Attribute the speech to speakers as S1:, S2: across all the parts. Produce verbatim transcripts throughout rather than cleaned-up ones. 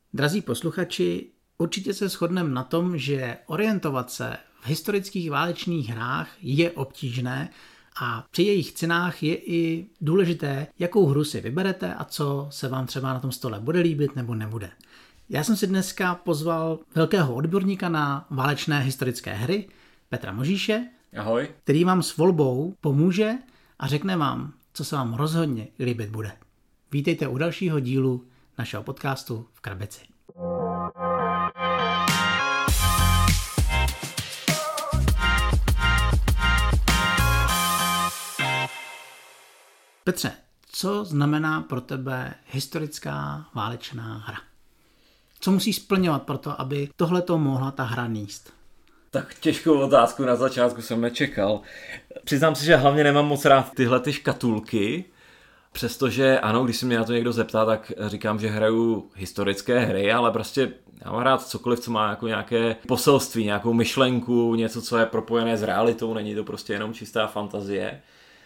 S1: Drazí posluchači, určitě se shodneme na tom, že orientovat se v historických válečných hrách je obtížné a při jejich cenách je i důležité, jakou hru si vyberete a co se vám třeba na tom stole bude líbit nebo nebude. Já jsem si dneska pozval velkého odborníka na válečné historické hry, Petra Možíše,
S2: Ahoj.
S1: který vám s volbou pomůže a řekne vám, co se vám rozhodně líbit bude. Vítejte u dalšího dílu našeho podcastu v Krabici. Petře, co znamená pro tebe historická válečná hra? Co musí splňovat pro to, aby tohleto mohla ta hra nést?
S2: Tak těžkou otázku na začátku jsem nečekal. Přiznám si, že hlavně nemám moc rád tyhle ty škatulky, přestože ano, když se mě na to někdo zeptá, tak říkám, že hraju historické hry, ale prostě já mám rád cokoliv, co má jako nějaké poselství, nějakou myšlenku, něco, co je propojené s realitou, není to prostě jenom čistá fantazie.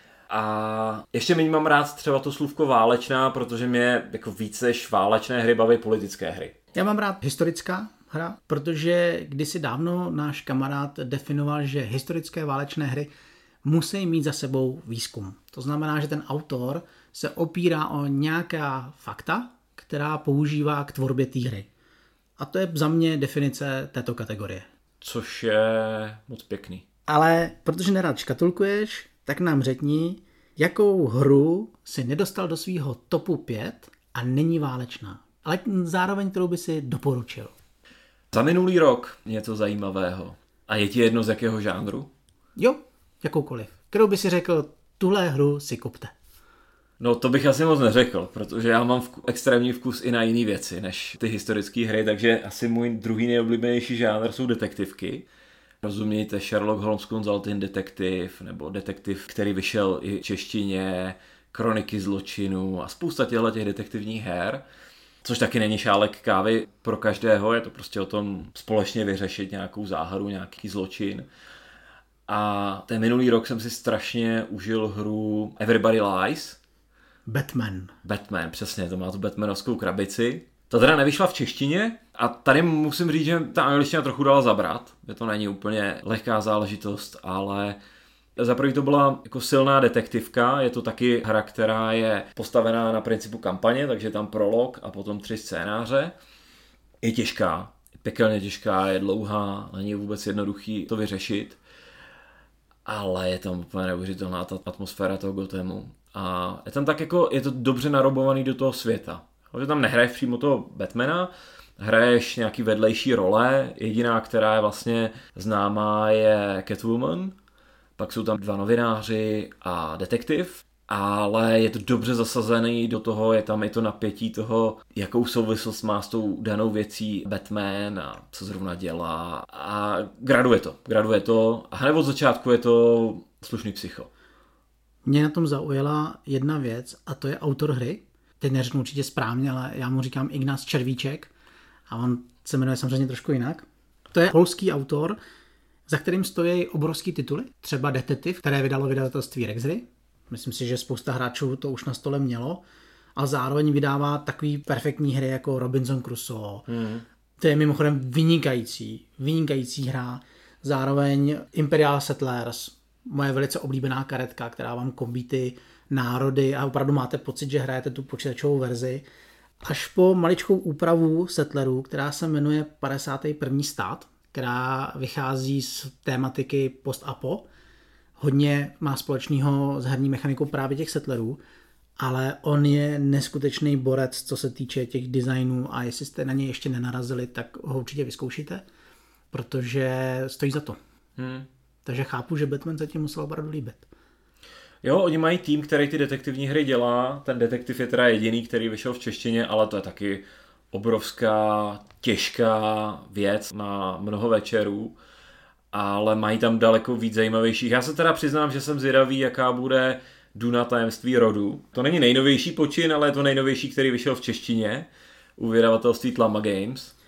S2: A ještě méně mám rád třeba to slůvko válečná, protože mě jako více než válečné hry baví politické hry.
S1: Já mám rád historická hra, protože kdysi dávno náš kamarád definoval, že historické válečné hry musí mít za sebou výzkum. To znamená, že ten autor se opírá o nějaká fakta, která používá k tvorbě té hry. A to je za mě definice této kategorie.
S2: Což je moc pěkný.
S1: Ale protože nerad škatulkuješ, tak nám řekni, jakou hru si nedostal do svýho topu pět a není válečná, ale zároveň kterou by si doporučil.
S2: Za minulý rok něco zajímavého. A je ti jedno z jakého žánru?
S1: Jo, jakoukoliv. Kterou by si řekl, tuhle hru si kupte.
S2: No to bych asi moc neřekl, protože já mám vku, extrémní vkus i na jiné věci než ty historické hry, takže asi můj druhý nejoblíbenější žánr jsou detektivky. Rozumějte Sherlock Holmes Consulting Detective, nebo detektiv, který vyšel i v češtině, Kroniky zločinu a spousta těchto těch detektivních her, což taky není šálek kávy pro každého, je to prostě o tom společně vyřešit nějakou záhadu, nějaký zločin. A ten minulý rok jsem si strašně užil hru Everybody Lies.
S1: Batman.
S2: Batman, přesně, to má tu batmanovskou krabici. Ta teda nevyšla v češtině a tady musím říct, že ta angličtina trochu dala zabrat, že to není úplně lehká záležitost, ale za první to byla jako silná detektivka, je to taky hra, která je postavená na principu kampaně, takže je tam prolog a potom tři scénáře. Je těžká, je pekelně těžká, je dlouhá, není vůbec jednoduchý to vyřešit, ale je tam úplně neuvěřitelná ta atmosféra toho Gothamu. A je tam tak jako, je to dobře narobovaný do toho světa. Že tam nehraješ přímo toho Batmana, hraješ nějaký vedlejší role, jediná, která je vlastně známá, je Catwoman, pak jsou tam dva novináři a detektiv, ale je to dobře zasazený do toho, je tam i to napětí toho, jakou souvislost má s tou danou věcí Batman a co zrovna dělá a graduje to, graduje to a hned od začátku je to slušný psycho.
S1: Mě na tom zaujala jedna věc a to je autor hry. Teď neřeknu určitě správně, ale já mu říkám Ignác Červíček a on se jmenuje samozřejmě trošku jinak. To je polský autor, za kterým stojí obrovský tituly, třeba Detektiv, které vydalo vydavatelství Rexry. Myslím si, že spousta hráčů to už na stole mělo, a zároveň vydává takový perfektní hry jako Robinson Crusoe. Mm. To je mimochodem vynikající, vynikající hra. Zároveň Imperial Settlers, moje velice oblíbená karetka, která vám kombí ty národy a opravdu máte pocit, že hrajete tu počítačovou verzi. Až po maličkou úpravu Settlerů, která se jmenuje padesátý první stát, která vychází z tématiky post-apo. Hodně má společného s herní mechanikou právě těch Settlerů, ale on je neskutečný borec, co se týče těch designů, a jestli jste na něj ještě nenarazili, tak ho určitě vyzkoušíte, protože stojí za to. Hmm. Takže chápu, že Batman se tím musel opravdu líbit.
S2: Jo, oni mají tým, který ty detektivní hry dělá. Ten detektiv je teda jediný, který vyšel v češtině, ale to je taky obrovská, těžká věc na mnoho večerů. Ale mají tam daleko víc zajímavějších. Já se teda přiznám, že jsem zvědavý, jaká bude Duna tajemství rodu. To není nejnovější počin, ale je to nejnovější, který vyšel v češtině u vydavatelství Tlama Games.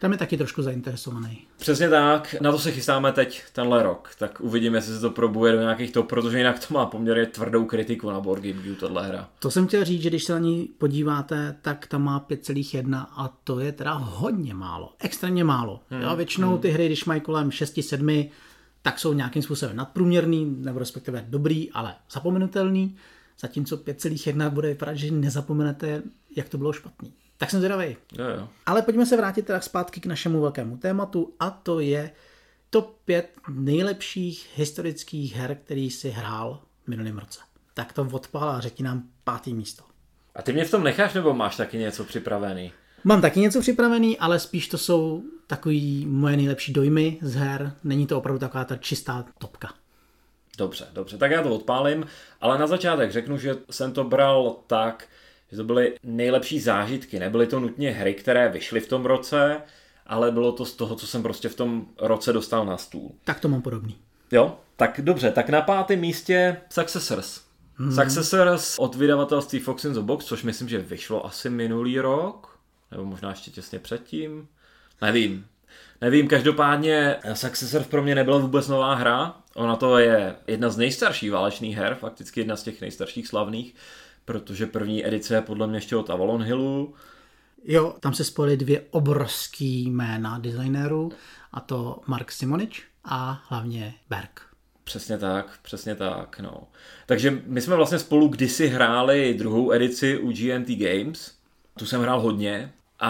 S1: tam je taky trošku zainteresovaný.
S2: Přesně tak, na to se chystáme teď tenhle rok, tak uvidíme, jestli se to probuje do nějakých top, protože jinak to má poměrně tvrdou kritiku na Board Game Geek, tohle hra.
S1: To jsem chtěl říct, že když se na ní podíváte, tak tam má pět celá jedna a to je teda hodně málo, extrémně málo. Hmm. Jo, většinou hmm. ty hry, když mají kolem šest sedm, tak jsou nějakým způsobem nadprůměrný, nebo respektive dobrý, ale zapomenutelný, zatímco pět celá jedna bude vypadat, že nezapomenete, jak to bylo špatný. Tak jsem zvědavej.
S2: Jo, jo.
S1: Ale pojďme se vrátit teda zpátky k našemu velkému tématu a to je top pět nejlepších historických her, který si hrál v minulém roce. Tak to odpál a řekni nám pátý místo.
S2: A ty mě v tom necháš, nebo máš taky něco připravený?
S1: Mám taky něco připravený, ale spíš to jsou takový moje nejlepší dojmy z her. Není to opravdu taková ta čistá topka.
S2: Dobře, dobře, tak já to odpálím, ale na začátek řeknu, že jsem to bral tak, že to byly nejlepší zážitky, nebyly to nutně hry, které vyšly v tom roce, ale bylo to z toho, co jsem prostě v tom roce dostal na stůl.
S1: Tak to mám podobný.
S2: Jo, tak dobře, tak na pátém místě Successors. Hmm. Successors od vydavatelství Fox in the Box, což myslím, že vyšlo asi minulý rok, nebo možná ještě těsně předtím, nevím. Nevím, každopádně Successor pro mě nebyla vůbec nová hra. Ona to je jedna z nejstarších válečných her, fakticky jedna z těch nejstarších slavných, protože první edice je podle mě ještě od Avalon Hillu.
S1: Jo, tam se spojily dvě obrovský jména designérů, a to Mark Simonič a hlavně Berg.
S2: Přesně tak, přesně tak, no. Takže my jsme vlastně spolu kdysi hráli druhou edici u G N T Games. Tu jsem hrál hodně.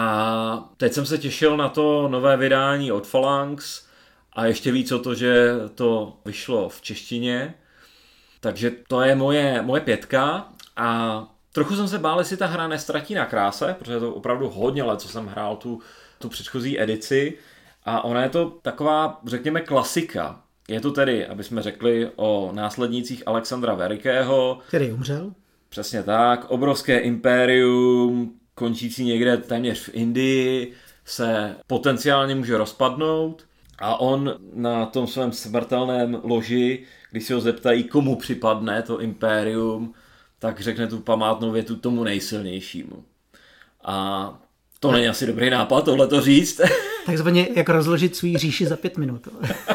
S2: A teď jsem se těšil na to nové vydání od Phalanx a ještě víc o to, že to vyšlo v češtině. Takže to je moje, moje pětka a trochu jsem se bál, jestli ta hra nestratí na kráse, protože je to opravdu hodně let, co jsem hrál tu, tu předchozí edici a ona je to taková, řekněme, klasika. Je to tedy, aby jsme řekli, o následnících Alexandra Velikého.
S1: Který umřel.
S2: Přesně tak, obrovské impérium, končící někde téměř v Indii, se potenciálně může rozpadnout a on na tom svém smrtelném loži, když si ho zeptají, komu připadne to impérium, tak řekne tu památnou větu tomu nejsilnějšímu. A to není asi dobrý nápad tohleto říct.
S1: Takzvaně jak rozložit svůj říši za pět minut.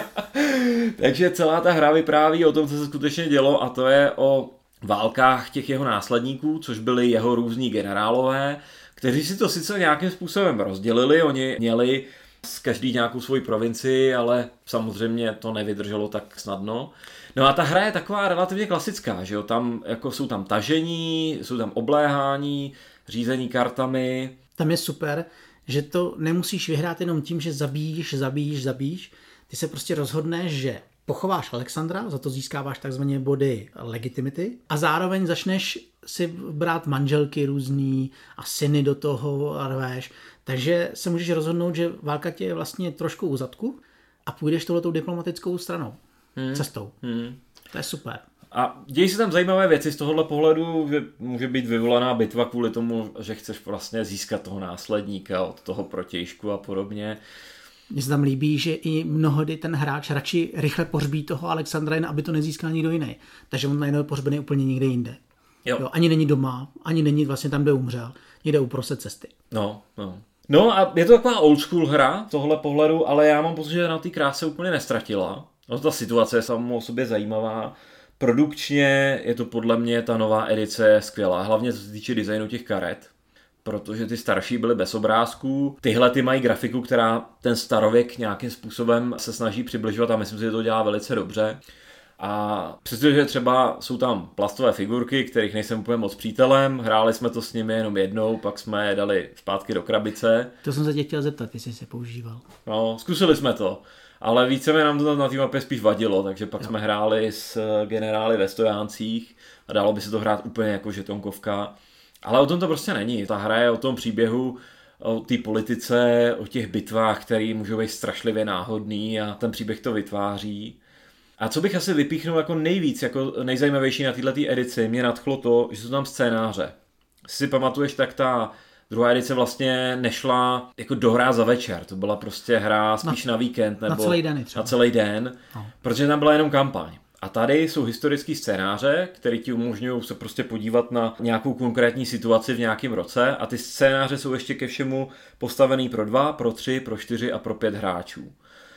S2: Takže celá ta hra vypráví o tom, co se skutečně dělo a to je o válkách těch jeho následníků, což byli jeho různí generálové, kteří si to sice nějakým způsobem rozdělili, oni měli z každý nějakou svoji provincii, ale samozřejmě to nevydrželo tak snadno. No a ta hra je taková relativně klasická, že jo, tam jako jsou tam tažení, jsou tam obléhání, řízení kartami.
S1: Tam je super, že to nemusíš vyhrát jenom tím, že zabíjíš, zabíjíš, zabíjíš. Ty se prostě rozhodneš, že pochováš Alexandra, za to získáváš takzvané body legitimity a zároveň začneš si brát manželky různý a syny do toho rveš. Takže se můžeš rozhodnout, že válka tě je vlastně trošku u zadku a půjdeš touhletou diplomatickou stranou, hmm. cestou. Hmm. To je super.
S2: A dějí se tam zajímavé věci z tohohle pohledu, že může být vyvolaná bitva kvůli tomu, že chceš vlastně získat toho následníka od toho protějšku a podobně.
S1: Mně se tam líbí, že i mnohdy ten hráč radši rychle pohřbí toho Alexandra, jen aby to nezískal nikdo jiný. Takže on najednou je pohřbený úplně někde jinde. Jo. Jo, ani není doma, ani není vlastně tam, kde umřel. Někde uprostřed cesty.
S2: No, no. No a je to taková old school hra tohle pohledu, ale já mám pocit, že na té kráse úplně nestratila. No, ta situace je samou o sobě zajímavá. Produkčně je to podle mě ta nová edice skvělá, hlavně co se týče designu těch karet. Protože ty starší byly bez obrázků. Tyhle ty mají grafiku, která ten starověk nějakým způsobem se snaží přibližovat a myslím si, že to dělá velice dobře. A přestože třeba jsou tam plastové figurky, kterých nejsem úplně moc přítelem, hráli jsme to s nimi jenom jednou, pak jsme je dali zpátky do krabice.
S1: To jsem se tě chtěl zeptat, jestli jsi používal.
S2: No, zkusili jsme to, ale více nám to na té mapě spíš vadilo, takže pak jo. jsme hráli s generály ve stojáncích a dalo by se to hrát úplně jako žetonkovka. Ale o tom to prostě není. Ta hra je o tom příběhu, o té politice, o těch bitvách, které můžou být strašlivě náhodný a ten příběh to vytváří. A co bych asi vypíchnul jako nejvíc, jako nejzajímavější na této edici, mě nadchlo to, že jsou tam scénáře. Když si pamatuješ, tak ta druhá edice vlastně nešla jako dohrát za večer. To byla prostě hra spíš na, na víkend nebo
S1: na celý den,
S2: na celý den, no. Protože tam byla jenom kampaň. A tady jsou historické scénáře, které ti umožňují se prostě podívat na nějakou konkrétní situaci v nějakém roce a ty scénáře jsou ještě ke všemu postavený pro dva, pro tři, pro čtyři a pro pět hráčů.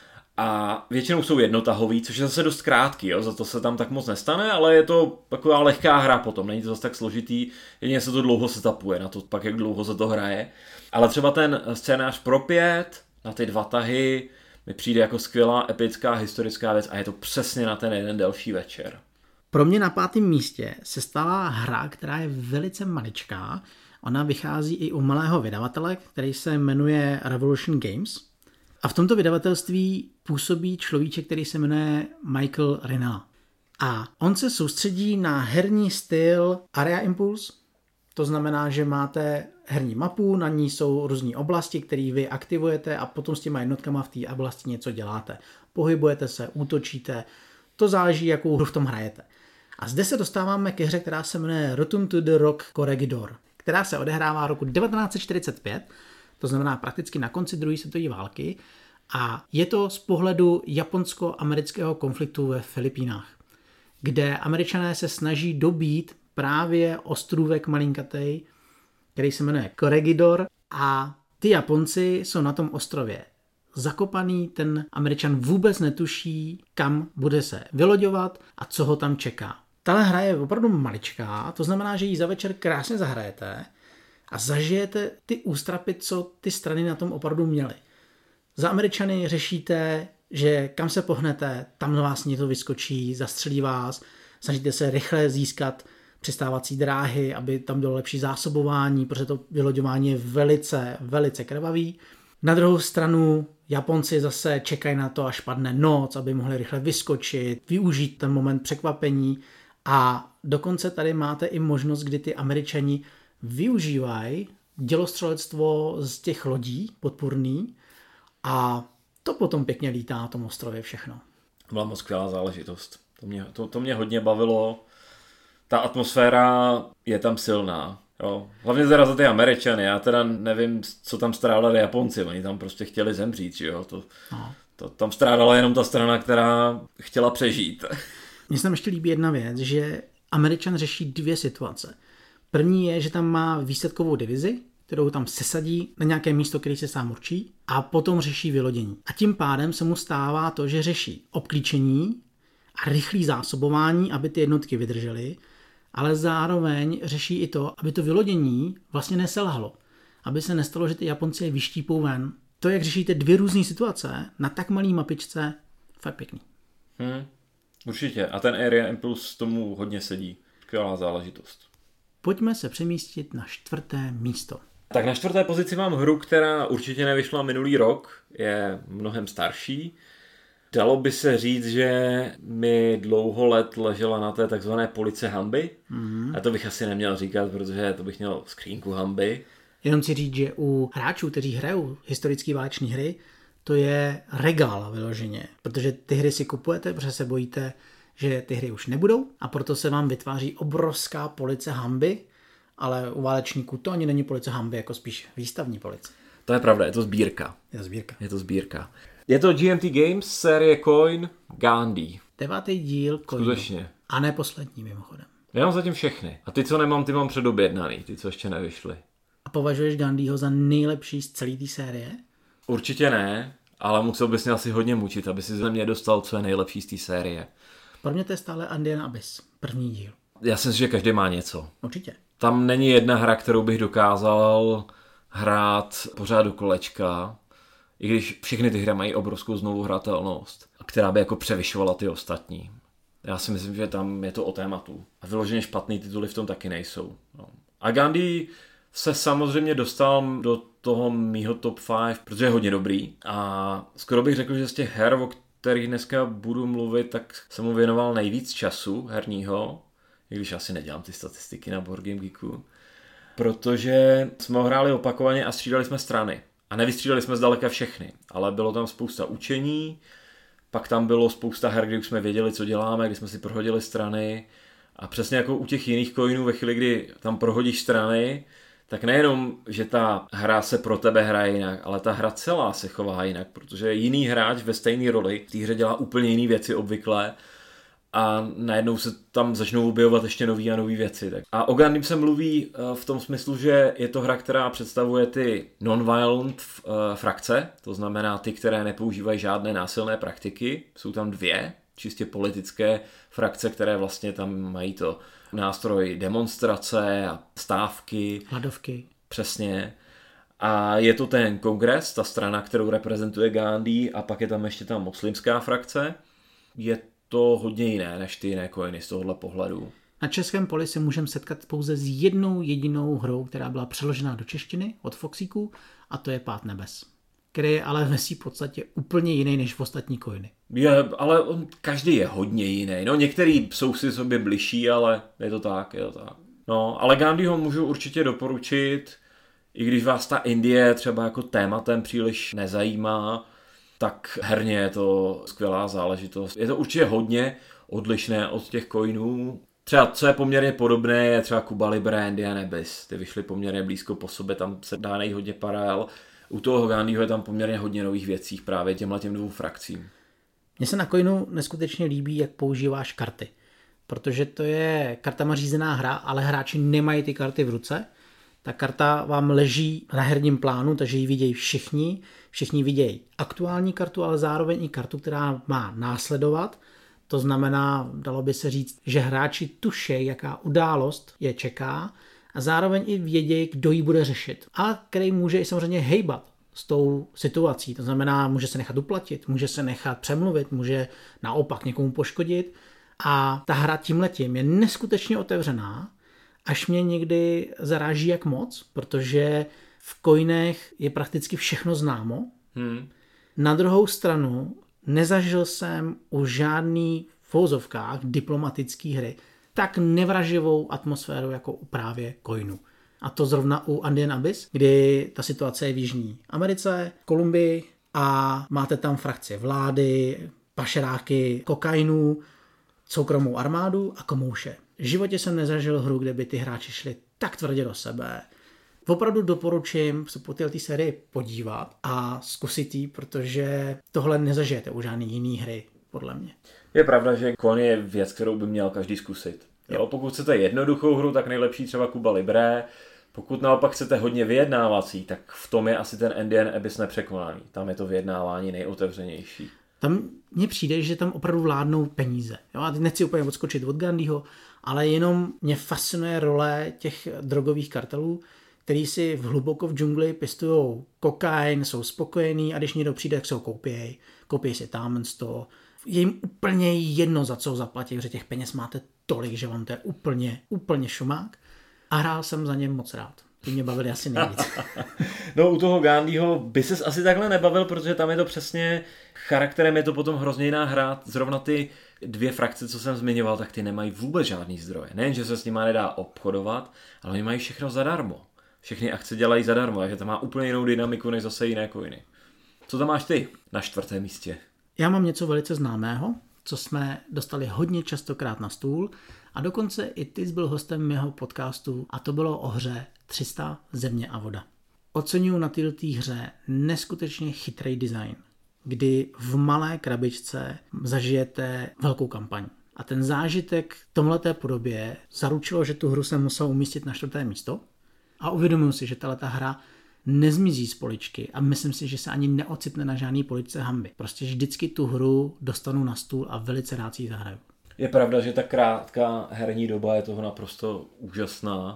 S2: A většinou jsou jednotahový, což je zase dost krátký, jo? Za to se tam tak moc nestane, ale je to taková lehká hra potom, není to zase tak složitý, jedině se to dlouho setupuje na to, pak jak dlouho se to hraje. Ale třeba ten scénář pro pět, na ty dva tahy, mi přijde jako skvělá, epická, historická věc a je to přesně na ten jeden delší večer.
S1: Pro mě na pátém místě se stala hra, která je velice maličká. Ona vychází i u malého vydavatele, který se jmenuje Revolution Games. A v tomto vydavatelství působí človíček, který se jmenuje Michael Rinella. A on se soustředí na herní styl Area Impulse. To znamená, že máte herní mapu, na ní jsou různé oblasti, které vy aktivujete a potom s těma jednotkama v té oblasti něco děláte. Pohybujete se, útočíte, to záleží, jakou hru v tom hrajete. A zde se dostáváme ke hře, která se jmenuje Return to the Rock Corregidor, která se odehrává roku devatenáct set čtyřicet pět, to znamená prakticky na konci druhé světové války, a je to z pohledu japonsko-amerického konfliktu ve Filipínách, kde Američané se snaží dobít právě ostrůvek malinkatej, který se jmenuje Corregidor, a ty Japonci jsou na tom ostrově zakopaný, ten Američan vůbec netuší, kam bude se vyloďovat a co ho tam čeká. Tahle hra je opravdu maličká, to znamená, že ji za večer krásně zahrajete a zažijete ty ústrapy, co ty strany na tom opravdu měly. Za Američany řešíte, že kam se pohnete, tam na vás něco vyskočí, zastřelí vás, snažíte se rychle získat přistávací dráhy, aby tam bylo lepší zásobování, protože to vyloďování je velice, velice krvavý. Na druhou stranu Japonci zase čekají na to, až padne noc, aby mohli rychle vyskočit, využít ten moment překvapení, a dokonce tady máte i možnost, kdy ty Američani využívají dělostřelectvo z těch lodí podpůrný a to potom pěkně lítá na tom ostrově všechno.
S2: Byla moc skvělá záležitost. To mě, to, to mě hodně bavilo. Ta atmosféra je tam silná. Jo. Hlavně teda za ty Američany. Já teda nevím, co tam strádali Japonci. Oni tam prostě chtěli zemřít. Jo. To,
S1: no.
S2: to, tam strádala jenom ta strana, která chtěla přežít.
S1: Mně se tam ještě líbí jedna věc, že Američan řeší dvě situace. První je, že tam má výsledkovou divizi, kterou tam sesadí na nějaké místo, který se sám určí, a potom řeší vylodění. A tím pádem se mu stává to, že řeší obklíčení a rychlé zásobování, aby ty jednotky vydržely, ale zároveň řeší i to, aby to vylodění vlastně neselhalo. Aby se nestalo, že ty Japonci je vyštípou ven. To, jak řešíte dvě různé situace na tak malý mapičce, fakt pěkný.
S2: Hmm, určitě. A ten Area Impulse tomu hodně sedí. Skvělá záležitost.
S1: Pojďme se přemístit na čtvrté místo.
S2: Tak na čtvrté pozici mám hru, která určitě nevyšla minulý rok, je mnohem starší. Dalo by se říct, že mi dlouho let ležela na té takzvané police hanby. Mm-hmm. A to bych asi neměl říkat, protože to bych měl skřínku hanby.
S1: Jenom si říct, že u hráčů, kteří hrajou historické váleční hry, to je regál vyloženě, protože ty hry si kupujete, protože se bojíte, že ty hry už nebudou, a proto se vám vytváří obrovská police hanby, ale u válečníků to ani není police hanby, jako spíš výstavní police.
S2: To je pravda, je to sbírka.
S1: Je to sbírka.
S2: Je to sbírka. Je to G M T Games, série Coin, Gandhi.
S1: Devátý díl Coinu.
S2: Skutečně.
S1: A ne poslední mimochodem.
S2: Já mám zatím všechny. A ty, co nemám, ty mám předobjednaný, ty, co ještě nevyšly.
S1: A považuješ Gandhiho za nejlepší z celé té série?
S2: Určitě ne, ale musel bys mě asi hodně mučit, aby si ze mě dostal, co je nejlepší z té série.
S1: Pro mě to je stále Andean Abyss, první díl.
S2: Já si myslím, že každý má něco.
S1: Určitě.
S2: Tam není jedna hra, kterou bych dokázal hrát pořád do kolečka, i když všechny ty hry mají obrovskou znovu hratelnost, která by jako převyšovala ty ostatní. Já si myslím, že tam je to o tématu. A vyloženě špatný tituly v tom taky nejsou. No. A Gandhi se samozřejmě dostal do toho mýho top pět, protože je hodně dobrý. A skoro bych řekl, že z těch her, o kterých dneska budu mluvit, tak jsem mu věnoval nejvíc času herního, i když asi nedělám ty statistiky na Board Game Geeku, protože jsme ho hráli opakovaně a střídali jsme strany. A nevystřídali jsme zdaleka všechny, ale bylo tam spousta učení, pak tam bylo spousta her, kdy už jsme věděli, co děláme, kdy jsme si prohodili strany, a přesně jako u těch jiných coinů, ve chvíli, kdy tam prohodíš strany, tak nejenom, že ta hra se pro tebe hraje jinak, ale ta hra celá se chová jinak, protože jiný hráč ve stejné roli v té hře dělá úplně jiné věci obvykle a najednou se tam začnou objevovat ještě nový a nový věci. Tak. A o Gundam se mluví v tom smyslu, že je to hra, která představuje ty non-violent frakce, to znamená ty, které nepoužívají žádné násilné praktiky. Jsou tam dvě, čistě politické frakce, které vlastně tam mají to nástroj demonstrace a stávky.
S1: Hladovky.
S2: Přesně. A je to ten kongres, ta strana, kterou reprezentuje Gandhi, a pak je tam ještě ta muslimská frakce. Je to hodně jiné než ty jiné coiny z tohohle pohledu.
S1: Na českém poli se můžeme setkat pouze s jednou jedinou hrou, která byla přeložena do češtiny od Foxíku, a to je Pád nebes, který je ale ve své podstatě úplně jiný než v ostatní coiny.
S2: Je, ale on, každý je hodně jiný. No, některý jsou si sobě bližší, ale je to tak, je to tak. No, ale Gandhi ho můžu určitě doporučit, i když vás ta Indie třeba jako tématem příliš nezajímá, tak herně je to skvělá záležitost. Je to určitě hodně odlišné od těch coinů. Třeba co je poměrně podobné, je třeba Cuba Libre, Indian Abyss. Ty vyšly poměrně blízko po sobě, tam se dá najít hodně paralel. U toho Gandhiho je tam poměrně hodně nových věcí právě těmhle těm dvou frakcím.
S1: Mně se na coinu neskutečně líbí, jak používáš karty. Protože to je kartama řízená hra, ale hráči nemají ty karty v ruce. Ta karta vám leží na herním plánu, takže ji vidějí všichni. Všichni vidějí aktuální kartu, ale zároveň i kartu, která má následovat. To znamená, dalo by se říct, že hráči tušejí, jaká událost je čeká, a zároveň i vědějí, kdo ji bude řešit. A který může i samozřejmě hejbat s tou situací. To znamená, může se nechat uplatit, může se nechat přemluvit, může naopak někomu poškodit. A ta hra tímhletím je neskutečně otevřená, až mě někdy zaráží jak moc, protože v coinech je prakticky všechno známo. Hmm. Na druhou stranu nezažil jsem u žádný v uvozovkách diplomatický hry tak nevraživou atmosféru jako u právě coinu. A to zrovna u Indian Abyss, kdy ta situace je v Jižní Americe, Kolumbii, a máte tam frakci vlády, pašeráky, kokainu, soukromou armádu a komouše. V životě jsem nezažil hru, kde by ty hráči šli tak tvrdě do sebe. Opravdu doporučím se po této sérii podívat a zkusit ji, protože tohle nezažijete u žádný jiný hry, podle mě.
S2: Je pravda, že Con je věc, kterou by měl každý zkusit. Jo, pokud chcete jednoduchou hru, tak nejlepší třeba Cuba Libre. Pokud naopak chcete hodně vyjednávací, tak v tom je asi ten Indian Abyss nepřekonaný. Tam je to vyjednávání nejotevřenější. Tam
S1: mně přijde, že tam opravdu vládnou peníze. Jo, a nechci úplně odskočit od Gandhiho, ale jenom mě fascinuje role těch drogových kartelů, který si v hluboko v džungli pěstují kokain, jsou spokojení, a když někdo přijde, tak se ho koupějí. Koupějí si tam to. Je jim úplně jedno, za co ho zaplatí, protože těch peněz máte tolik, že vám to je úplně, úplně šumák. A hrál jsem za ně moc rád. Ty mě bavili asi nejvíc.
S2: No, u toho Gandhiho by ses asi takhle nebavil, protože tam je to přesně charakterem, je to potom hrozně jiná hra. Zrovna ty dvě frakce, co jsem zmiňoval, tak ty nemají vůbec žádný zdroje. Nejen, že se s nimi nedá obchodovat, ale oni mají všechno zadarmo. Všechny akce dělají zadarmo, takže to má úplně jinou dynamiku než zase jiné coiny. Co tam máš ty na čtvrtém místě?
S1: Já mám něco velice známého, co jsme dostali hodně častokrát na stůl, a dokonce i ty jsi byl hostem mého podcastu, a to bylo o hře tři sta Země a voda. Oceňuji na této hře neskutečně chytrý design, kdy v malé krabičce zažijete velkou kampaň. A ten zážitek v tomhleté podobě zaručilo, že tu hru jsem musel umístit na čtvrté místo, a uvědomuji si, že tato hra nezmizí z poličky a myslím si, že se ani neocitne na žádný poličce hanby. Prostě vždycky tu hru dostanu na stůl a velice rád si ji zahraju.
S2: Je pravda, že ta krátká herní doba je toho naprosto úžasná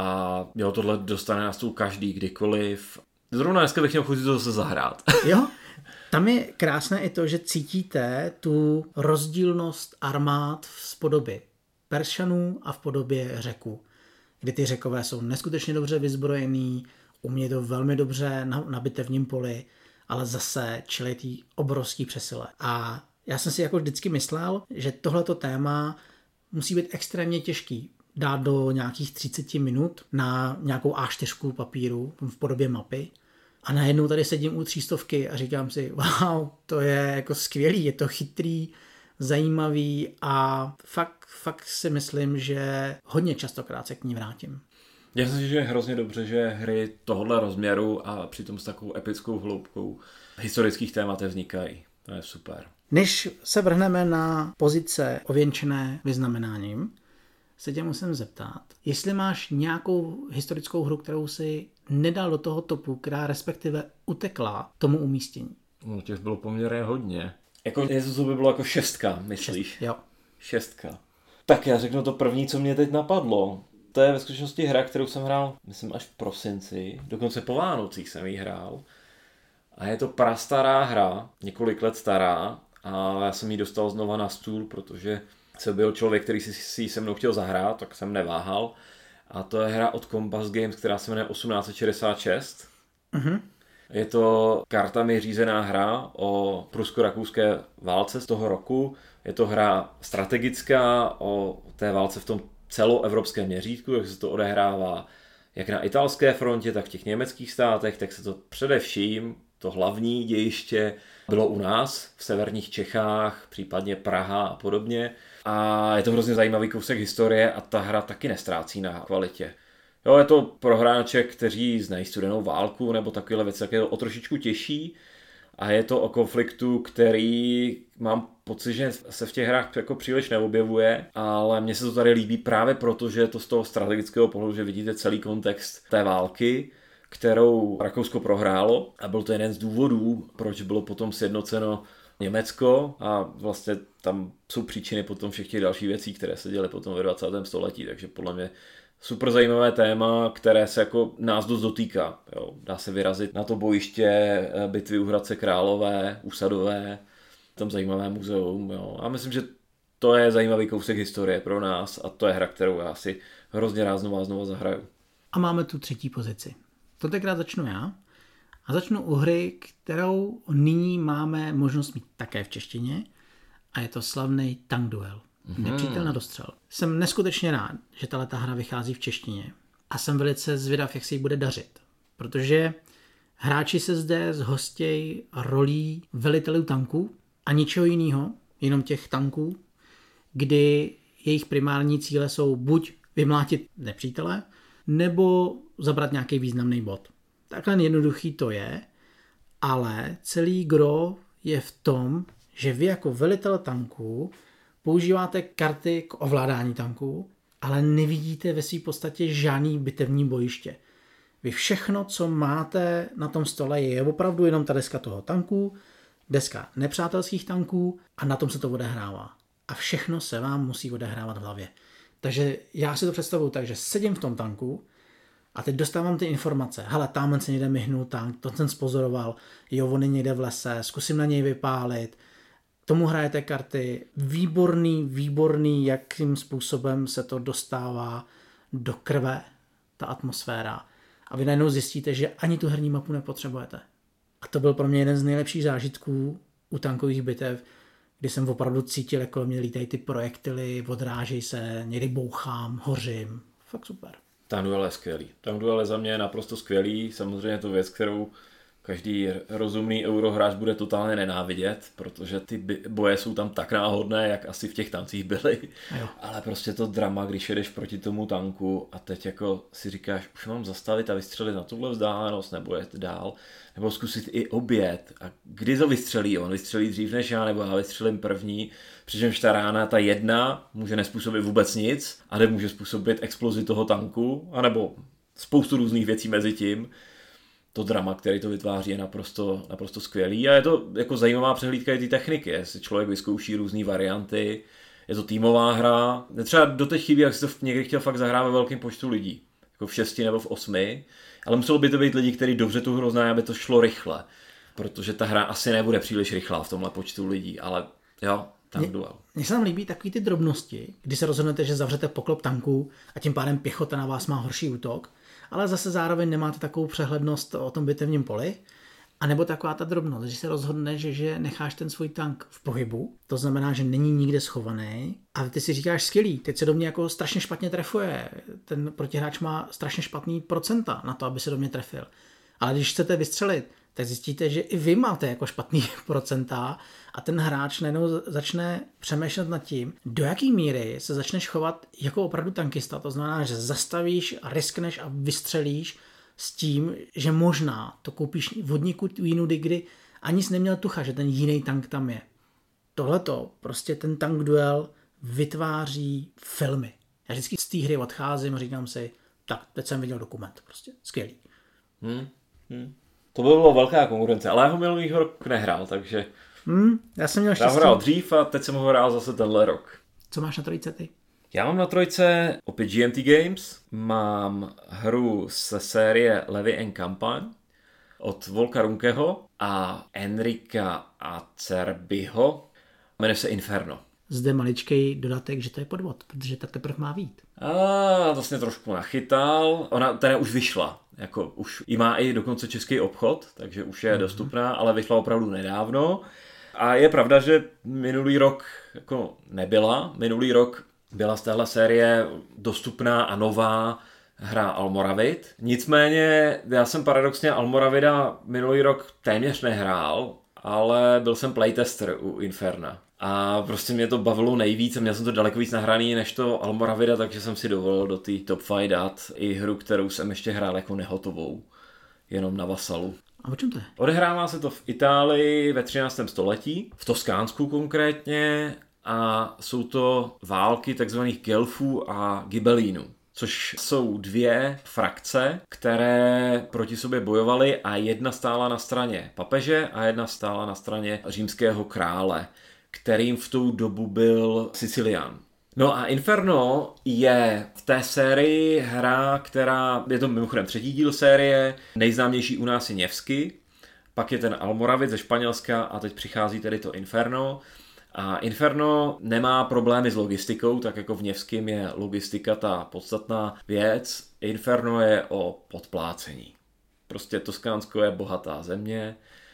S2: a jo, tohle dostane na stůl každý, kdykoliv. Zrovna dneska bych měl chuť to zase zahrát.
S1: Jo, tam je krásné i to, že cítíte tu rozdílnost armád v podobě Peršanů a v podobě Řeků, kdy ty Řekové jsou neskutečně dobře vyzbrojení, umějí to velmi dobře na, na bitevním poli, ale zase čelí tý obrovský přesile. A já jsem si jako vždycky myslel, že tohleto téma musí být extrémně těžký dát do nějakých třicet minut na nějakou á čtyři papíru v podobě mapy. A najednou tady sedím u třístovky a říkám si, wow, to je jako skvělý, je to chytrý, zajímavý a fakt, fakt si myslím, že hodně častokrát se k ní vrátím.
S2: Já si myslím, že je hrozně dobře, že hry tohohle rozměru a přitom s takovou epickou hloubkou historických témat vznikají. To je super.
S1: Než se vrhneme na pozice ověnčené vyznamenáním, se tě musím zeptat, jestli máš nějakou historickou hru, kterou si nedal do toho topu, která respektive utekla tomu umístění.
S2: No těch bylo poměrně hodně. Jako něco, co by bylo jako šestka, myslíš?
S1: Šest, jo.
S2: Šestka. Tak já řeknu to první, co mě teď napadlo. To je ve skutečnosti hra, kterou jsem hrál, myslím, až v prosinci. Dokonce po Vánocích jsem ji hrál. A je to prastará hra, několik let stará. A já jsem ji dostal znova na stůl, protože jsem byl člověk, který si, si ji se mnou chtěl zahrát, tak jsem neváhal. A to je hra od Compass Games, která se jmenuje osmnáct set šedesát šest.
S1: Mhm.
S2: Je to kartami řízená hra o prusko-rakouské válce z toho roku. Je to hra strategická o té válce v tom celoevropském měřítku, jak se to odehrává jak na italské frontě, tak v těch německých státech, tak se to především, to hlavní dějiště, bylo u nás v severních Čechách, případně Praha a podobně. A je to hrozně zajímavý kousek historie a ta hra taky nestrácí na kvalitě. Jo, je to pro hráče, kteří znají studenou válku nebo takovéhle věci, tak je to o trošičku těžší a je to o konfliktu, který mám pocit, že se v těch hrách jako příliš neobjevuje, ale mně se to tady líbí právě proto, že je to z toho strategického pohledu, že vidíte celý kontext té války, kterou Rakousko prohrálo a byl to jeden z důvodů, proč bylo potom sjednoceno Německo a vlastně tam jsou příčiny potom všech těch dalších věcí, které se děly potom ve dvacátém století, takže podle mě super zajímavé téma, které se jako nás dost dotýká. Jo. Dá se vyrazit na to bojiště bitvy u Hradce Králové, Úsadové, tam zajímavé muzeum. Jo. A myslím, že to je zajímavý kousek historie pro nás a to je hra, kterou já si hrozně rád znovu a znovu zahraju.
S1: A máme tu třetí pozici. Tentokrát začnu já a začnu u hry, kterou nyní máme možnost mít také v češtině a je to slavný Tank Duel. Mm-hmm. Nepřítel na dostřel. Jsem neskutečně rád, že tato hra vychází v češtině a jsem velice zvědav, jak se jí bude dařit, protože hráči se zde zhostějí rolí velitelů tanků a ničeho jiného, jenom těch tanků, kdy jejich primární cíle jsou buď vymlátit nepřítele, nebo zabrat nějaký významný bod. Takhle jednoduchý to je, ale celý gro je v tom, že vy jako velitel tanků používáte karty k ovládání tanků, ale nevidíte ve své podstatě žádný bitevní bojiště. Vy všechno, co máte na tom stole, je opravdu jenom ta deska toho tanku, deska nepřátelských tanků a na tom se to odehrává. A všechno se vám musí odehrávat v hlavě. Takže já si to představuju tak, že sedím v tom tanku a teď dostávám ty informace. Hele, tamhle se někde myhnul tank, to jsem spozoroval, jo, on je někde v lese, zkusím na něj vypálit. Tomu hrajete karty, výborný, výborný, jakým způsobem se to dostává do krve, ta atmosféra. A vy najednou zjistíte, že ani tu herní mapu nepotřebujete. A to byl pro mě jeden z nejlepších zážitků u tankových bitev, kdy jsem opravdu cítil, jako mě lítají ty projektily, odrážej se, někdy bouchám, hořím. Fakt super.
S2: Tank Duel je skvělý. Tank Duel je za mě naprosto skvělý. Samozřejmě je to věc, kterou každý rozumný eurohráč bude totálně nenávidět, protože ty boje jsou tam tak náhodné, jak asi v těch tancích byly. Ale prostě to drama, když jedeš proti tomu tanku a teď jako si říkáš, už mám zastavit a vystřelit na tuhle vzdálenost, nebo jet dál, nebo zkusit i obět. A kdy to vystřelí? On vystřelí dřív než já, nebo já vystřelím první, přičemž ta rána, ta jedna, může nespůsobit vůbec nic, a nemůže způsobit explozi toho tanku, anebo spoustu různých věcí mezi tím. To drama, který to vytváří, je naprosto, naprosto skvělý a je to jako zajímavá přehlídka i ty techniky, jestli člověk vyzkouší různé varianty, je to týmová hra, třeba doteď chybí, jak si to někdy chtěl fakt zahrát ve velkém počtu lidí, jako v šesti nebo v osmi, ale muselo by to být lidi, kteří dobře tu hru znají, aby to šlo rychle, protože ta hra asi nebude příliš rychlá v tomhle počtu lidí, ale jo, Tank Duel.
S1: Mně se tam líbí takový ty drobnosti, kdy se rozhodnete, že zavřete poklop tanků a tím pádem pěchota na vás má horší útok, ale zase zároveň nemáte takovou přehlednost o tom bitevním poli. A nebo taková ta drobnost, že se rozhodneš, že, že necháš ten svůj tank v pohybu, to znamená, že není nikde schovaný, a ty si říkáš skvělý, teď se do mě jako strašně špatně trefuje, ten protihráč má strašně špatný procenta na to, aby se do mě trefil. Ale když chcete vystřelit, tak zjistíte, že i vy máte jako špatný procenta a ten hráč najednou začne přemýšlet nad tím, do jaký míry se začneš chovat jako opravdu tankista. To znamená, že zastavíš a riskneš a vystřelíš s tím, že možná to koupíš vodníku jinudy, kdy Ani jsi neměl tucha, že ten jiný tank tam je. Tohleto, prostě ten tank duel vytváří filmy. Já vždycky z té hry odcházím a říkám si, tak, teď jsem viděl dokument, prostě skvělý.
S2: Hmm. Hmm. To by bylo velká konkurence, ale já ho minulý rok nehrál, takže...
S1: Hmm, já jsem měl štěstí.
S2: Já ho hrál dřív a teď jsem ho hrál zase tenhle rok.
S1: Co máš na trojce ty?
S2: Já mám na trojce opět G M T Games, mám hru ze série Levy and Campaign od Volka Runkeho a Enrika Acerbiho, jmenuje se Inferno.
S1: Zde maličkej dodatek, že to je podvod, protože ta teprve má vyjít.
S2: A to jsem trošku nachytal. Ona teda už vyšla, jako už i má i dokonce český obchod, takže už je mm-hmm. dostupná, ale vyšla opravdu nedávno. A je pravda, že minulý rok jako nebyla. Minulý rok byla z téhle série dostupná a nová hra Almoravid. Nicméně já jsem paradoxně Almoravida minulý rok téměř nehrál, ale byl jsem playtester u Inferna. A prostě mě to bavilo nejvíc a měl jsem to daleko víc nahraný než to Almoravida, takže jsem si dovolil do té top pět dát i hru, kterou jsem ještě hrál jako nehotovou, jenom na vasalu.
S1: A o čem to je?
S2: Odehrává se to v Itálii ve třináctém století, v Toskánsku konkrétně, a jsou to války takzvaných Guelfů a Gibelínů, což jsou dvě frakce, které proti sobě bojovaly a jedna stála na straně papeže a jedna stála na straně římského krále, kterým v tu dobu byl Sicilián. No a Inferno je v té sérii hra, která, je to mimochodem třetí díl série, nejznámější u nás je Nevsky, pak je ten Almoravid ze Španělska a teď přichází tedy to Inferno. A Inferno nemá problémy s logistikou, tak jako v Nevským je logistika ta podstatná věc. Inferno je o podplácení. Prostě Toskánsko je bohatá země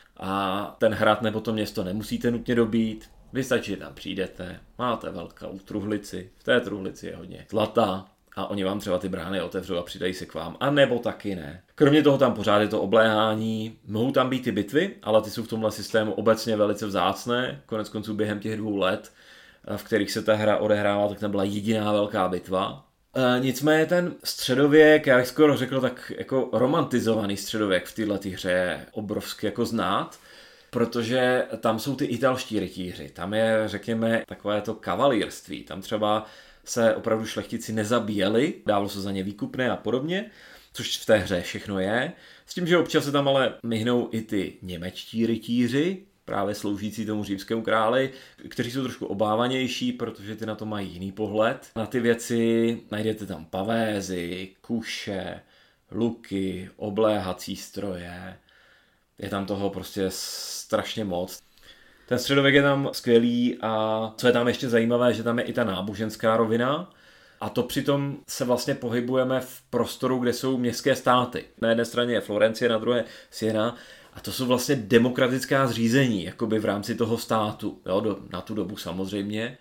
S2: a ten hrad nebo to město nemusíte nutně dobít. Vy stačí, že tam přijdete, máte velkou truhlici, v té truhlici je hodně zlata a oni vám třeba ty brány otevřou a přidají se k vám, a nebo taky ne. Kromě toho tam pořád je to obléhání, mohou tam být ty bitvy, ale ty jsou v tomhle systému obecně velice vzácné, konec konců během těch dvou let, v kterých se ta hra odehrává, tak tam byla jediná velká bitva. E, nicméně ten středověk, já bych skoro řekl tak jako romantizovaný středověk v této hře je obrovsky jako znát, protože tam jsou ty italští rytíři, tam je, řekněme, takové to kavalírství, tam třeba se opravdu šlechtici nezabíjeli, dávalo se za ně výkupné a podobně, což v té hře všechno je, s tím, že občas se tam ale myhnou i ty němečtí rytíři, právě sloužící tomu římskému králi, kteří jsou trošku obávanější, protože ty na to mají jiný pohled. Na ty věci najdete tam pavézy, kuše, luky, obléhací stroje, je tam toho prostě strašně moc. Ten středověk je tam skvělý a co je tam ještě zajímavé, že tam je i ta náboženská rovina a to přitom se vlastně pohybujeme v prostoru, kde jsou městské státy. Na jedné straně je Florencie, na druhé Siena a to jsou vlastně demokratická zřízení, jakoby v rámci toho státu, jo, do, na tu dobu samozřejmě.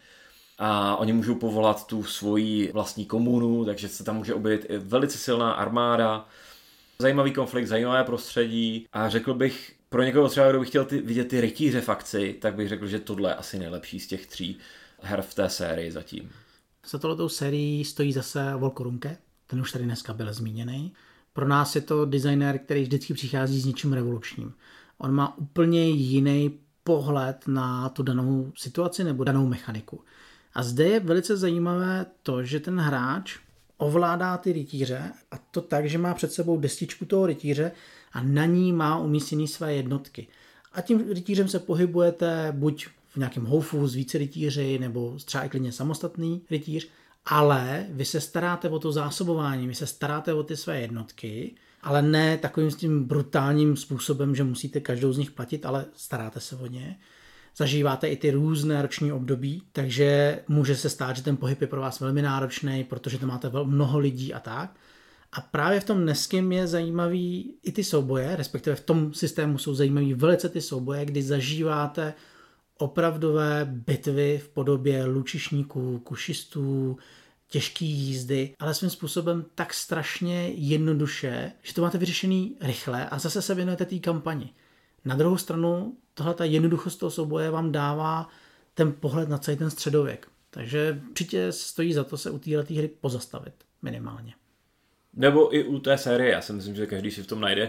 S2: A oni můžou povolat tu svoji vlastní komunu, takže se tam může objevit i velice silná armáda, zajímavý konflikt, zajímavé prostředí a řekl bych, pro někoho třeba, kdo by chtěl ty, vidět ty rytíře v akci, tak bych řekl, že tohle je asi nejlepší z těch tří her v té sérii zatím.
S1: Za tohletou sérii stojí zase Volko Runke, ten už tady dneska byl zmíněný. Pro nás je to designér, který vždycky přichází s něčím revolučním. On má úplně jiný pohled na tu danou situaci nebo danou mechaniku. A zde je velice zajímavé to, že ten hráč ovládá ty rytíře a to tak, že má před sebou destičku toho rytíře a na ní má umístěné své jednotky. A tím rytířem se pohybujete buď v nějakém houfu s více rytíři nebo třeba i klidně samostatný rytíř, ale vy se staráte o to zásobování, vy se staráte o ty své jednotky, ale ne takovým s tím brutálním způsobem, že musíte každou z nich platit, ale staráte se o ně. Zažíváte i ty různé roční období, takže může se stát, že ten pohyb je pro vás velmi náročný, protože to máte mnoho lidí a tak. A právě v tom Nevským je zajímavý i ty souboje, respektive v tom systému jsou zajímavý velice ty souboje, kdy zažíváte opravdové bitvy v podobě lučišníků, kušistů, těžký jízdy, ale svým způsobem tak strašně jednoduše, že to máte vyřešený rychle a zase se věnujete té kampani. Na druhou stranu, tohle ta jednoduchost toho souboje vám dává ten pohled na celý ten středověk. Takže určitě stojí za to se u této hry pozastavit, minimálně.
S2: Nebo i u té série, já si myslím, že každý si v tom najde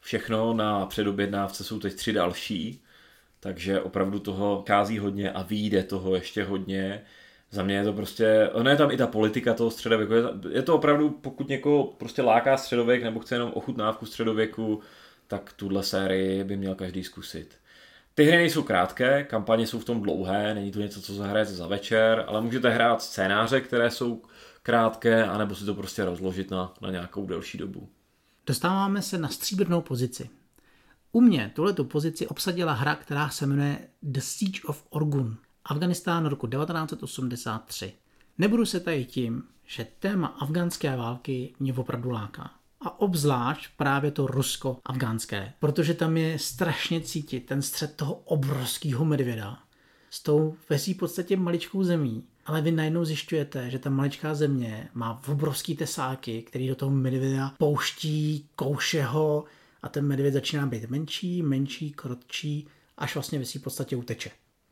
S2: všechno, na předobjednávce jsou teď tři další, takže opravdu toho chází hodně a vyjde toho ještě hodně. Za mě je to prostě, ono je tam i ta politika toho středověku, je to opravdu, pokud někoho prostě láká středověk nebo chce jenom ochutnávku středověku, tak tuhle sérii by měl každý zkusit. Ty hry nejsou krátké, kampaně jsou v tom dlouhé, není to něco, co zahrajete za večer, ale můžete hrát scénáře, které jsou krátké, anebo si to prostě rozložit na, na nějakou delší dobu.
S1: Dostáváme se na stříbrnou pozici. U mě tuhletu pozici obsadila hra, která se jmenuje The Siege of Orgun, Afghánistán roku devatenáct set osmdesát tři. Nebudu se tajit tím, že téma afgánské války mě opravdu láká. A obzvlášť právě to rusko-afgánské, protože tam je strašně cítit ten střed toho obrovského medvěda s tou ve svý podstatě maličkou zemí, ale vy najednou zjišťujete, že ta maličká země má obrovský tesáky, který do toho medvěda pouští, kouše ho a ten medvěd začíná být menší, menší, krotčí, až vlastně ve svý podstatě uteče.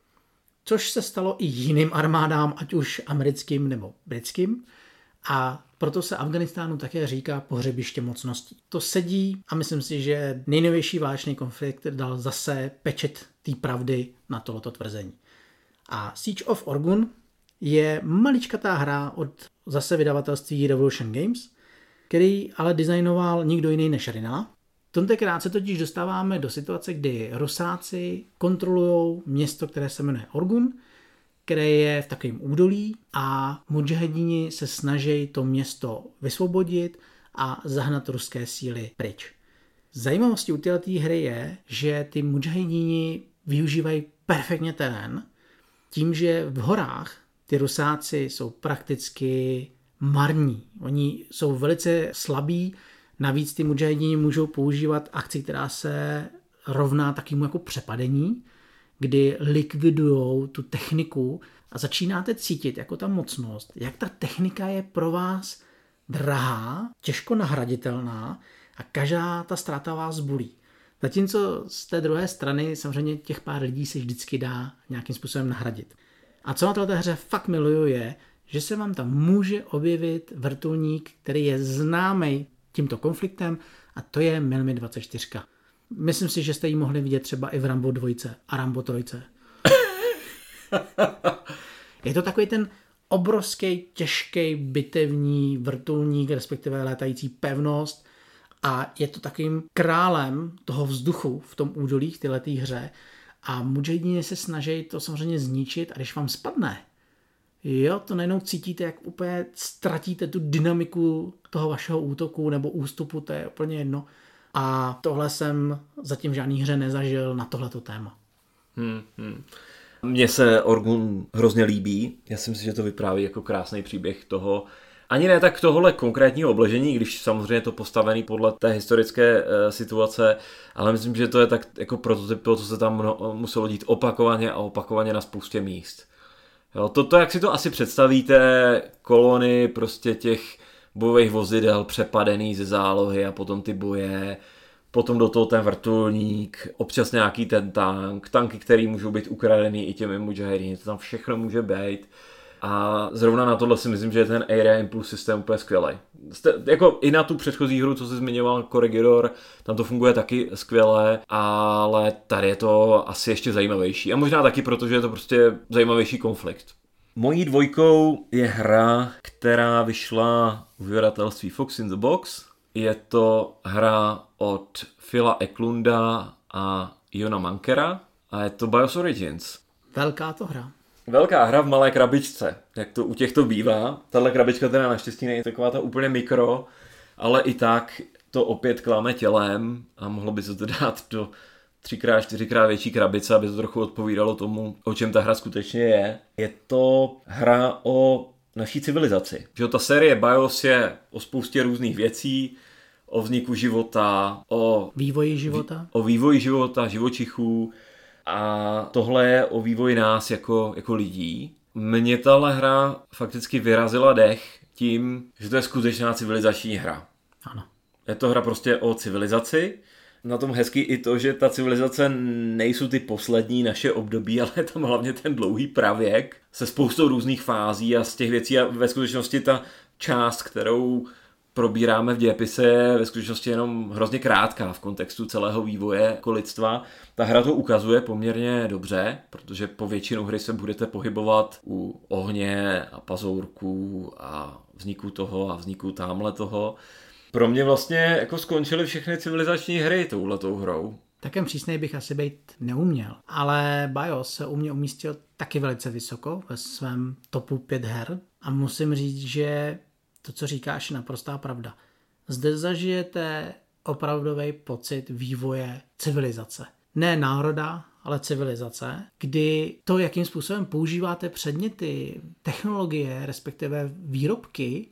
S1: Což se stalo i jiným armádám, ať už americkým nebo britským, a proto se Afghánistánu také říká pohřebiště mocností. To sedí a myslím si, že nejnovější válečný konflikt dal zase pečet té pravdy na tohleto tvrzení. A Siege of Orgun je maličkatá hra od zase vydavatelství Revolution Games, který ale designoval nikdo jiný než Rinella. Tentokrát se totiž dostáváme do situace, kdy Rusáci kontrolují město, které se jmenuje Orgun, které je v takovém údolí a mudžahedíni se snaží to město vysvobodit a zahnat ruské síly pryč. Zajímavostí u této hry je, že ty mudžahedíni využívají perfektně terén, tím, že v horách ty Rusáci jsou prakticky marní. Oni jsou velice slabí, navíc ty mudžahedíni můžou používat akci, která se rovná takovému jako přepadení, kdy likvidujou tu techniku a začínáte cítit jako ta mocnost, jak ta technika je pro vás drahá, těžko nahraditelná a každá ta ztráta vás bolí. Zatímco z té druhé strany samozřejmě těch pár lidí se vždycky dá nějakým způsobem nahradit. A co na této hře fakt miluju je, že se vám tam může objevit vrtulník, který je známý tímto konfliktem a to je Mil dvacet čtyři. Myslím si, že jste ji mohli vidět třeba i v Rambo dvojce a Rambo trojce. Je to takový ten obrovský, těžký, bitevní vrtulník, respektive létající pevnost a je to takovým králem toho vzduchu v tom údolí v této hře a mudžahedíni se snaží to samozřejmě zničit a když vám spadne, jo, to najednou cítíte, jak úplně ztratíte tu dynamiku toho vašeho útoku nebo ústupu, to je úplně jedno. A tohle jsem zatím v žádný hře nezažil na tohleto téma.
S2: Hmm, hmm. Mně se Orgun hrozně líbí. Já si myslím, že to vypráví jako krásný příběh toho, ani ne tak tohle konkrétního obležení, když samozřejmě je to postavený podle té historické e, situace, ale myslím, že to je tak jako prototyp toho, co se tam mno, muselo dít opakovaně a opakovaně na spoustě míst. Jo, toto, jak si to asi představíte, kolony prostě těch bojových vozidel přepadený ze zálohy a potom ty boje, potom do toho ten vrtulník, občas nějaký ten tank, tanky, který můžou být ukradený i těmi mudžahedíni, to tam všechno může být. A zrovna na tohle si myslím, že je ten Area Impulse systém úplně skvělý. Jako i na tu předchozí hru, co jsi zmiňoval, Corregidor, tam to funguje taky skvěle, ale tady je to asi ještě zajímavější. A možná taky, protože je to prostě zajímavější konflikt. Mojí dvojkou je hra, která vyšla v vydavatelství Fox in the Box. Je to hra od Phila Eklunda a Jona Mankera a je to BIOS Origins.
S1: Velká to hra.
S2: Velká hra v malé krabičce, jak to u těchto bývá. Tahle krabička teda naštěstí není taková ta úplně mikro, ale i tak to opět klame tělem a mohlo by se to dát do třikrát, čtyřikrát větší krabice, aby to trochu odpovídalo tomu, o čem ta hra skutečně je. Je to hra o naší civilizaci. Že ta série BIOS je o spoustě různých věcí, o vzniku života, o
S1: vývoji života,
S2: o vývoji života, živočichů a tohle je o vývoji nás jako, jako lidí. Mně tahle hra fakticky vyrazila dech tím, že to je skutečná civilizační hra.
S1: Ano.
S2: Je to hra prostě o civilizaci. Na tom hezký i to, že ta civilizace nejsou ty poslední naše období, ale je tam hlavně ten dlouhý pravěk se spoustou různých fází a z těch věcí a ve skutečnosti ta část, kterou probíráme v dějepise, je ve skutečnosti jenom hrozně krátká v kontextu celého vývoje jako lidstva. Ta hra to ukazuje poměrně dobře, protože po většinu hry se budete pohybovat u ohně a pazourků a vzniku toho a vzniku tamhle toho. Pro mě vlastně jako skončily všechny civilizační hry touhletou hrou.
S1: Takem přísnej bych asi být neuměl, ale BIOS se u mě umístil taky velice vysoko ve svém topu pět her a musím říct, že to, co říkáš, je naprostá pravda. Zde zažijete opravdový pocit vývoje civilizace. Ne národa, ale civilizace, kdy to, jakým způsobem používáte předměty, technologie, respektive výrobky,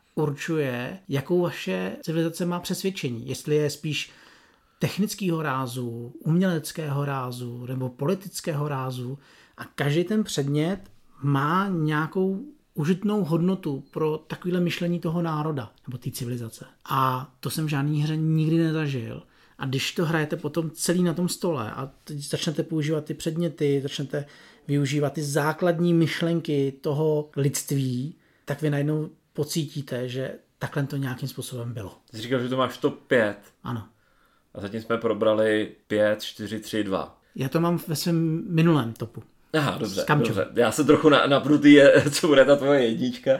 S1: určuje, jakou vaše civilizace má přesvědčení. Jestli je spíš technického rázu, uměleckého rázu nebo politického rázu a každý ten předmět má nějakou užitnou hodnotu pro takovéhle myšlení toho národa nebo té civilizace. A to jsem v žádný hře nikdy nezažil. A když to hrajete potom celý na tom stole a začnete používat ty předměty, začnete využívat ty základní myšlenky toho lidství, tak vy najednou pocítíte, že takhle to nějakým způsobem bylo.
S2: Jsi říkal, že to máš top pět.
S1: Ano.
S2: A zatím jsme probrali pět, čtyři, tři, dva.
S1: Já to mám ve svém minulém topu.
S2: Aha, dobře, dobře. Já se trochu na, napnutý, co bude ta tvoje jednička.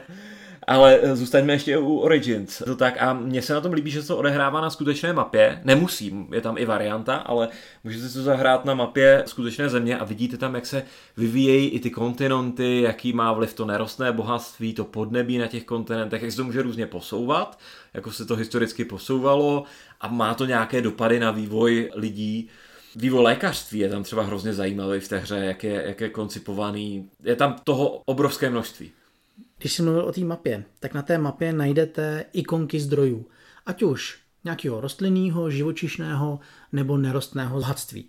S2: Ale zůstaňme ještě u Origins. To tak a mně se na tom líbí, že se to odehrává na skutečné mapě. Nemusím, je tam i varianta, ale můžete si to zahrát na mapě skutečné země a vidíte tam, jak se vyvíjejí i ty kontinenty, jaký má vliv to nerostné bohatství, to podnebí na těch kontinentech, jak se to může různě posouvat, jako se to historicky posouvalo a má to nějaké dopady na vývoj lidí. Vývoj lékařství je tam třeba hrozně zajímavý v té hře, jak je, jak je koncipovaný. Je tam toho obrovské množství.
S1: Když jsi mluvil o té mapě, tak na té mapě najdete ikonky zdrojů. Ať už nějakého rostlinného, živočišného nebo nerostného bohatství.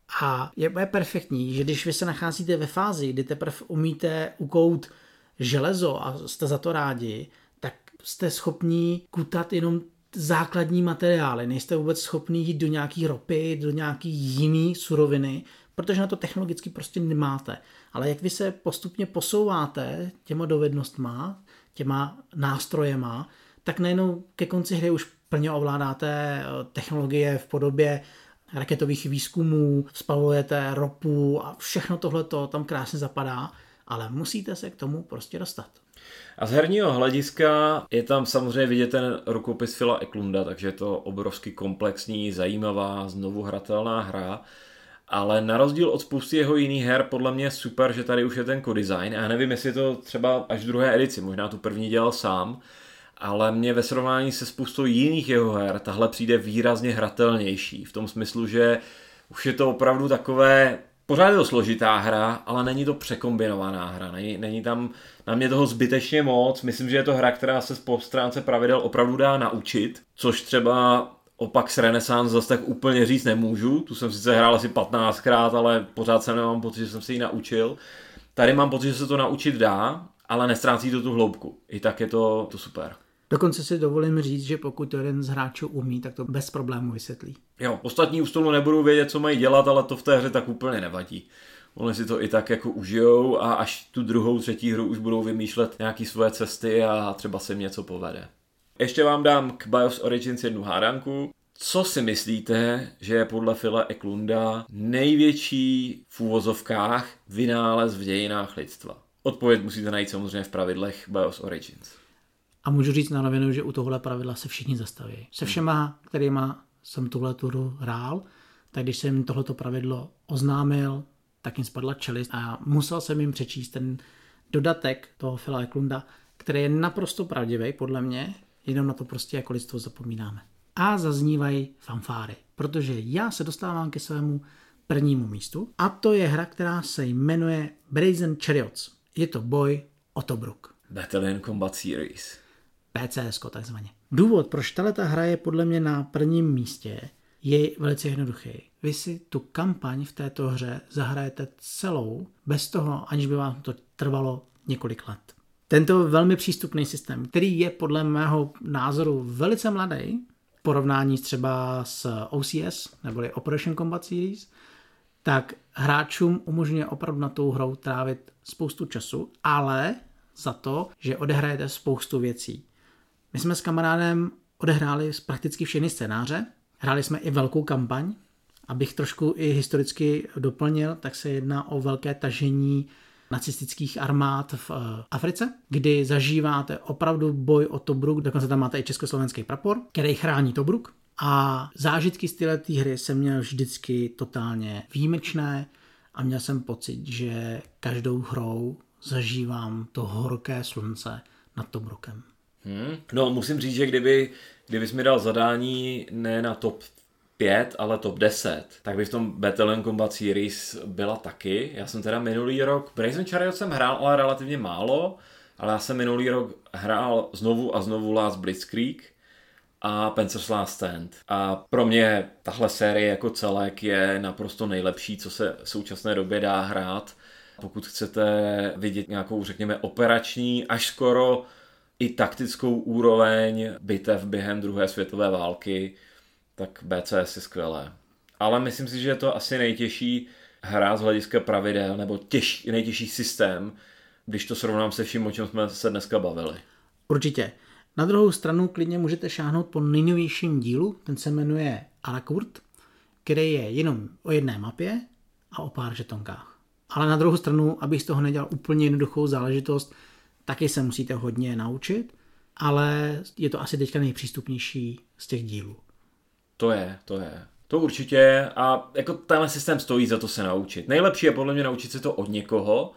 S1: A je, je perfektní, že když vy se nacházíte ve fázi, kdy teprve umíte ukout železo a jste za to rádi, tak jste schopní kutat jenom základní materiály. Nejste vůbec schopní jít do nějaký ropy, do nějaký jiný suroviny, protože na to technologicky prostě nemáte. Ale jak vy se postupně posouváte těma dovednostma, těma nástrojema, tak najednou ke konci hry už plně ovládáte technologie v podobě raketových výzkumů, spalujete ropu a všechno tohleto tam krásně zapadá, ale musíte se k tomu prostě dostat.
S2: A z herního hlediska je tam samozřejmě vidět ten rukopis Phila Eklunda, takže je to obrovsky komplexní, zajímavá, znovu hratelná hra. Ale na rozdíl od spousty jeho jiných her, podle mě je super, že tady už je ten co-design. A já nevím, jestli to třeba až v druhé edici, možná tu první dělal sám, ale mně ve srovnání se spoustou jiných jeho her tahle přijde výrazně hratelnější. V tom smyslu, že už je to opravdu takové, pořád je to složitá hra, ale není to překombinovaná hra. Není, není tam na mě toho zbytečně moc. Myslím, že je to hra, která se po stránce pravidel opravdu dá naučit, což třeba opak s Renaissance zase tak úplně říct nemůžu. Tu jsem sice hrál asi patnáctkrát, ale pořád jsem nemám pocit, že jsem se ji naučil. Tady mám pocit, že se to naučit dá, ale nestrácí to tu hloubku. I tak je to, to super.
S1: Dokonce si dovolím říct, že pokud to jeden z hráčů umí, tak to bez problému vysvětlí.
S2: Jo, ostatní u stolu nebudou vědět, co mají dělat, ale to v té hře tak úplně nevadí. Oni si to i tak jako užijou a až tu druhou, třetí hru už budou vymýšlet nějaký svoje cesty a třeba se jim něco povede. Ještě vám dám k BIOS Origins jednu hádanku. Co si myslíte, že je podle Phila Eklunda největší v úvozovkách vynález v dějinách lidstva? Odpověď musíte najít samozřejmě v pravidlech BIOS Origins.
S1: A můžu říct na rovinu, že u tohle pravidla se všichni zastaví. Se všema, kterýma jsem tuhle hru hrál, tak když jsem jim tohleto pravidlo oznámil, tak jim spadla čelist a musel jsem jim přečíst ten dodatek toho Phila Eklunda, který je naprosto pravdivý podle mě, jenom na to prostě jako lidstvo zapomínáme. A zaznívají fanfáry, protože já se dostávám ke svému prvnímu místu a to je hra, která se jmenuje Brazen Chariots. Je to boj o Tobruk.
S2: Battalion Combat Series.
S1: P C S takzvaně. Důvod, proč tato hra je podle mě na prvním místě, je velice jednoduchý. Vy si tu kampaň v této hře zahrajete celou, bez toho, aniž by vám to trvalo několik let. Tento velmi přístupný systém, který je podle mého názoru velice mladý, v porovnání třeba s O C S, neboli Operation Combat Series, tak hráčům umožňuje opravdu na tou hrou trávit spoustu času, ale za to, že odehrajete spoustu věcí. My jsme s kamarádem odehráli prakticky všechny scénáře, hráli jsme i velkou kampaň. Abych trošku i historicky doplnil, tak se jedná o velké tažení nacistických armád v Africe, kdy zažíváte opravdu boj o Tobruk, dokonce tam máte i československý prapor, který chrání Tobruk. A zážitky z této hry jsem měl vždycky totálně výjimečné a měl jsem pocit, že každou hrou zažívám to horké slunce nad Tobrukem.
S2: Hmm. No, musím říct, že kdyby, kdybys mi dal zadání ne na top pět, ale top deset, tak by v tom Battleland Combat Series byla taky. Já jsem teda minulý rok, Brazen Chariot jsem hrál, ale relativně málo, ale já jsem minulý rok hrál znovu a znovu Last Blitzkrieg a Panzer's Last Stand. A pro mě tahle série jako celek je naprosto nejlepší, co se v současné době dá hrát. Pokud chcete vidět nějakou, řekněme, operační, až skoro i taktickou úroveň bitev během druhé světové války, tak B C S je skvělé. Ale myslím si, že je to asi nejtěžší hra z hlediska pravidel, nebo těž, nejtěžší systém, když to srovnám se vším, o čem jsme se dneska bavili.
S1: Určitě. Na druhou stranu klidně můžete šáhnout po nejnovějším dílu, ten se jmenuje Arakurt, který je jenom o jedné mapě a o pár žetonkách. Ale na druhou stranu, abych z toho nedělal úplně jednoduchou záležitost, taky se musíte hodně naučit, ale je to asi teďka nejpřístupnější z těch dílů.
S2: To je, to je. To určitě a jako tenhle systém stojí za to se naučit. Nejlepší je podle mě naučit se to od někoho,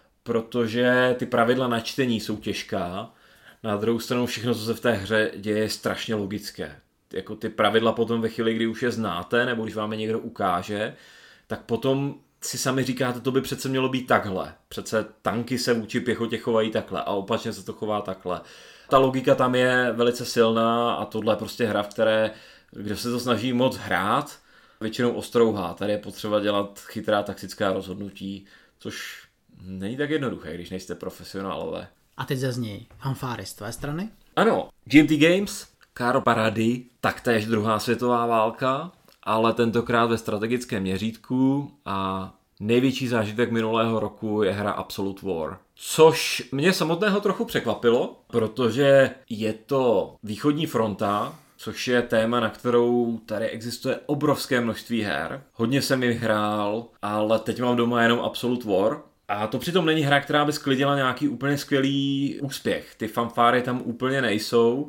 S2: protože ty pravidla na čtení jsou těžká. Na druhou stranu všechno, co se v té hře děje, je strašně logické. Jako ty pravidla potom ve chvíli, kdy už je znáte, nebo když vám je někdo ukáže, tak potom si sami říkáte, to by přece mělo být takhle. Přece tanky se vůči pěchotě chovají takhle a opačně se to chová takhle. Ta logika tam je velice silná a tohle je prostě hra, v které kdo se to snaží moc hrát, většinou ostrouhá. Tady je potřeba dělat chytrá taktická rozhodnutí, což není tak jednoduché, když nejste profesionálové.
S1: A teď zazní fanfáry z tvé strany?
S2: Ano, G M T Games, Karl Parady, taktéž druhá světová válka, ale tentokrát ve strategickém měřítku a největší zážitek minulého roku je hra Absolute War. Což mě samotného trochu překvapilo, protože je to východní fronta, což je téma, na kterou tady existuje obrovské množství her. Hodně jsem jich hrál, ale teď mám doma jenom Absolute War. A to přitom není hra, která by sklidila nějaký úplně skvělý úspěch. Ty fanfáry tam úplně nejsou.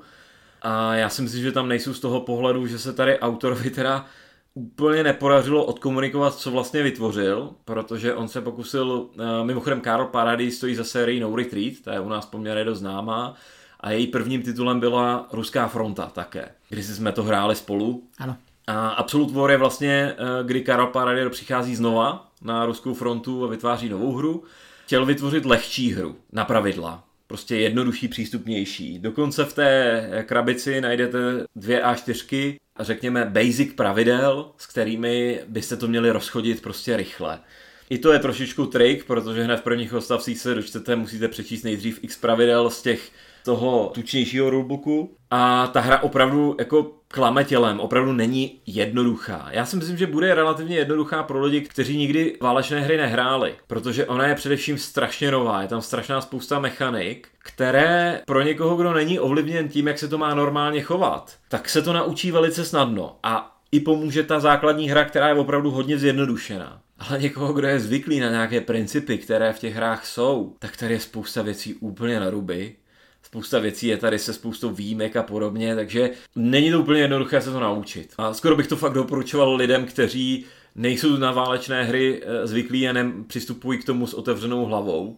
S2: A já si myslím, že tam nejsou z toho pohledu, že se tady autorovi teda úplně nepodařilo odkomunikovat, co vlastně vytvořil, protože on se pokusil, mimochodem Karl Parady stojí za sérií No Retreat, ta je u nás poměrně dost známá, a její prvním titulem byla Ruská fronta také, když jsme to hráli spolu.
S1: Ano.
S2: A Absolute War je vlastně, kdy Karl Parady přichází znova na Ruskou frontu a vytváří novou hru. Chtěl vytvořit lehčí hru na pravidla, prostě jednodušší, přístupnější. Dokonce v té krabici najdete dvě A čtyři, řekněme basic pravidel, s kterými byste to měli rozchodit prostě rychle. I to je trošičku trik, protože hned v prvních odstavcích se dočtete, musíte přečíst nejdřív x pravidel z těch toho tučnějšího rulebooku a ta hra opravdu jako klame tělem, opravdu není jednoduchá. Já si myslím, že bude relativně jednoduchá pro lidi, kteří nikdy válečné hry nehráli, protože ona je především strašně nová, je tam strašná spousta mechanik, které pro někoho, kdo není ovlivněn tím, jak se to má normálně chovat, tak se to naučí velice snadno a i pomůže ta základní hra, která je opravdu hodně zjednodušená. Ale někoho, kdo je zvyklý na nějaké principy, které v těch hrách jsou, tak tady je spousta věcí úplně na ruby. Spousta věcí je tady se spoustou výjimek a podobně, takže není to úplně jednoduché se to naučit. A skoro bych to fakt doporučoval lidem, kteří nejsou na válečné hry zvyklí a nepřistupují k tomu s otevřenou hlavou.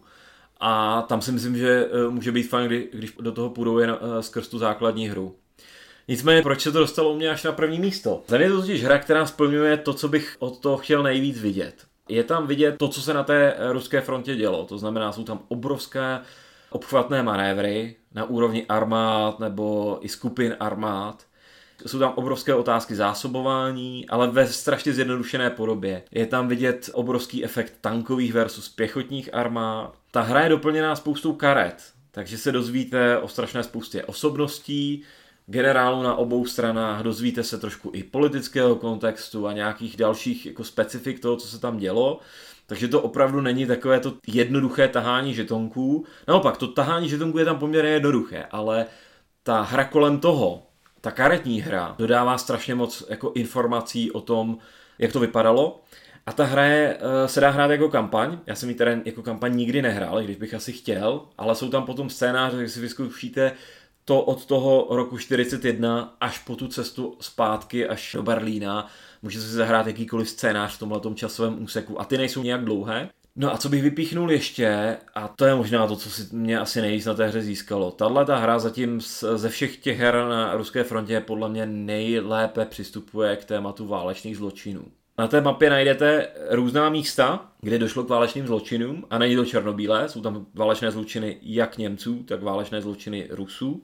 S2: A tam si myslím, že může být fajn, když do toho půjdou jen skrz tu základní hru. Nicméně, proč se to dostalo u mě až na první místo? Za mě je to totiž hra, která splňuje to, co bych od toho chtěl nejvíc vidět. Je tam vidět to, co se na té ruské frontě dělo. To znamená, jsou tam obrovské obchvatné manévry na úrovni armád nebo i skupin armád. Jsou tam obrovské otázky zásobování, ale ve strašně zjednodušené podobě. Je tam vidět obrovský efekt tankových versus pěchotních armád. Ta hra je doplněná spoustou karet, takže se dozvíte o strašné spoustě osobností, generálů na obou stranách, dozvíte se trošku i politického kontextu a nějakých dalších jako specifik toho, co se tam dělo. Takže to opravdu není takové to jednoduché tahání žetonků. Naopak, to tahání žetonků je tam poměrně jednoduché, ale ta hra kolem toho, ta karetní hra, dodává strašně moc jako informací o tom, jak to vypadalo. A ta hra je, se dá hrát jako kampaň. Já jsem ji teda jako kampaň nikdy nehrál, když bych asi chtěl, ale jsou tam potom scénáře, že si vyzkoušíte to od toho roku čtyřicet jedna až po tu cestu zpátky až do Berlína. Můžete si zahrát jakýkoliv scénář v tomhletom časovém úseku a ty nejsou nějak dlouhé. No a co bych vypíchnul ještě, a to je možná to, co si mě asi nejvíc na té hře získalo. Tahle ta hra zatím ze všech těch her na ruské frontě podle mě nejlépe přistupuje k tématu válečných zločinů. Na té mapě najdete různá místa, kde došlo k válečným zločinům a není to černobílé, jsou tam válečné zločiny jak Němců, tak válečné zločiny Rusů.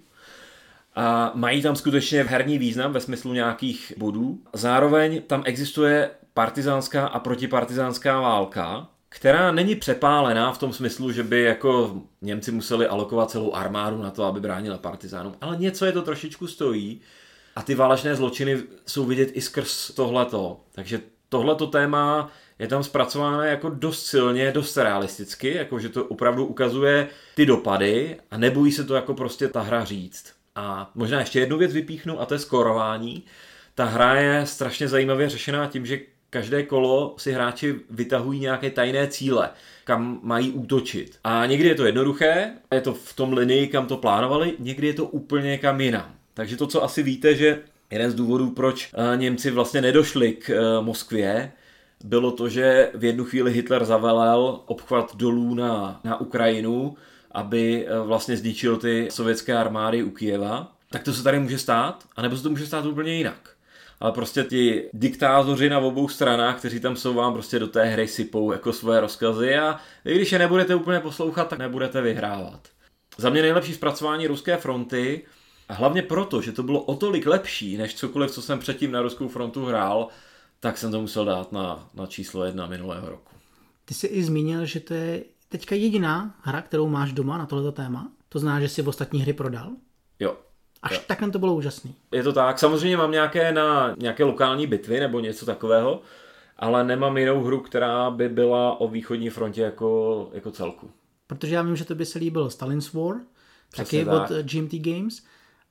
S2: A mají tam skutečně herní význam ve smyslu nějakých bodů. Zároveň tam existuje partizánská a protipartizánská válka, která není přepálená v tom smyslu, že by jako Němci museli alokovat celou armádu na to, aby bránila partizánům, ale něco je to trošičku stojí a ty válečné zločiny jsou vidět i skrz tohleto. Takže tohleto téma je tam zpracováno jako dost silně, dost realisticky, jakože to opravdu ukazuje ty dopady a nebojí se to jako prostě ta hra říct. A možná ještě jednu věc vypíchnu a to je skórování. Ta hra je strašně zajímavě řešená tím, že každé kolo si hráči vytahují nějaké tajné cíle, kam mají útočit. A někdy je to jednoduché, je to v tom linii, kam to plánovali, někdy je to úplně kam jinam. Takže to, co asi víte, že jeden z důvodů, proč Němci vlastně nedošli k Moskvě, bylo to, že v jednu chvíli Hitler zavelel obchvat dolů na, na Ukrajinu, aby vlastně zničil ty sovětské armády u Kyjeva. Tak to se tady může stát, anebo se to může stát úplně jinak. Ale prostě ti diktátoři na obou stranách, kteří tam jsou, vám prostě do té hry sypou jako svoje rozkazy a i když je nebudete úplně poslouchat, tak nebudete vyhrávat. Za mě nejlepší zpracování ruské fronty a hlavně proto, že to bylo o tolik lepší, než cokoliv, co jsem předtím na ruskou frontu hrál, tak jsem to musel dát na, na číslo jedna minulého roku.
S1: Ty jsi i zmínil, že to je teďka jediná hra, kterou máš doma na tohleto téma. To znamená, že jsi v ostatní hry prodal?
S2: Jo.
S1: Až
S2: jo.
S1: takhle to bylo úžasný.
S2: Je to tak. Samozřejmě mám nějaké na nějaké lokální bitvy nebo něco takového, ale nemám jinou hru, která by byla o východní frontě jako, jako celku.
S1: Protože já vím, že to by se líbil Stalin's War,
S2: Přesně
S1: taky
S2: tak.
S1: od G M T Games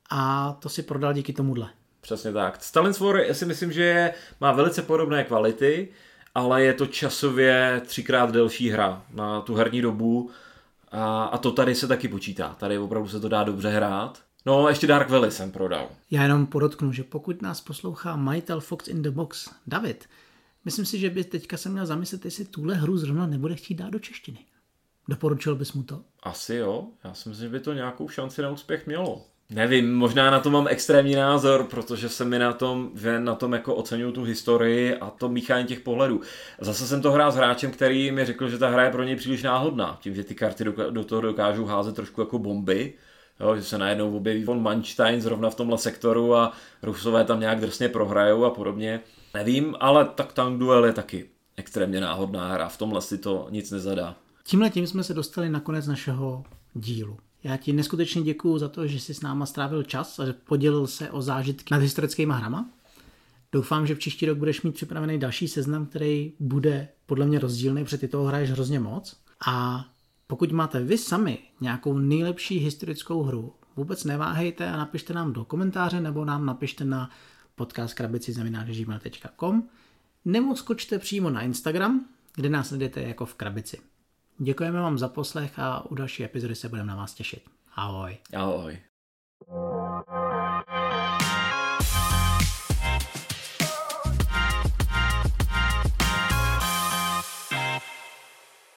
S1: a to si prodal díky tomuhle.
S2: Přesně tak. Stalin's War si myslím, že je, má velice podobné kvality, ale je to časově třikrát delší hra na tu herní dobu a, a to tady se taky počítá. Tady opravdu se to dá dobře hrát. No, ještě Dark Valley jsem prodal.
S1: Já jenom podotknu, že pokud nás poslouchá majitel Fox in the Box David, myslím si, že by teďka se měl zamyslet, jestli tuhle hru zrovna nebude chtít dát do češtiny. Doporučil bys mu to?
S2: Asi jo. Já si myslím, že by to nějakou šanci na úspěch mělo. Nevím, možná na to mám extrémní názor, protože se mi na tom, že na tom jako oceňuju tu historii a to míchání těch pohledů. Zase jsem to hrál s hráčem, který mi řekl, že ta hra je pro něj příliš náhodná, tím, že ty karty do toho dokážou házet trošku jako bomby. Jo, že se najednou objeví von Manstein zrovna v tomhle sektoru a Rusové tam nějak drsně prohrajou a podobně. Nevím, ale tak Tank Duel je taky extrémně náhodná hra, v tomhle si to nic nezadá.
S1: Tímhle tím jsme se dostali na konec našeho dílu. Já ti neskutečně děkuju za to, že jsi s náma strávil čas a že podělil se o zážitky nad historickýma hrama. Doufám, že v příští rok budeš mít připravený další seznam, který bude podle mě rozdílný, protože ty toho hraješ hrozně moc. A pokud máte vy sami nějakou nejlepší historickou hru, vůbec neváhejte a napište nám do komentáře nebo nám napište na podcast krabici zavináč gmail tečka com nebo skočte přímo na Instagram, kde nás najdete jako v krabici. Děkujeme vám za poslech a u další epizody se budeme na vás těšit. Ahoj.
S2: Ahoj.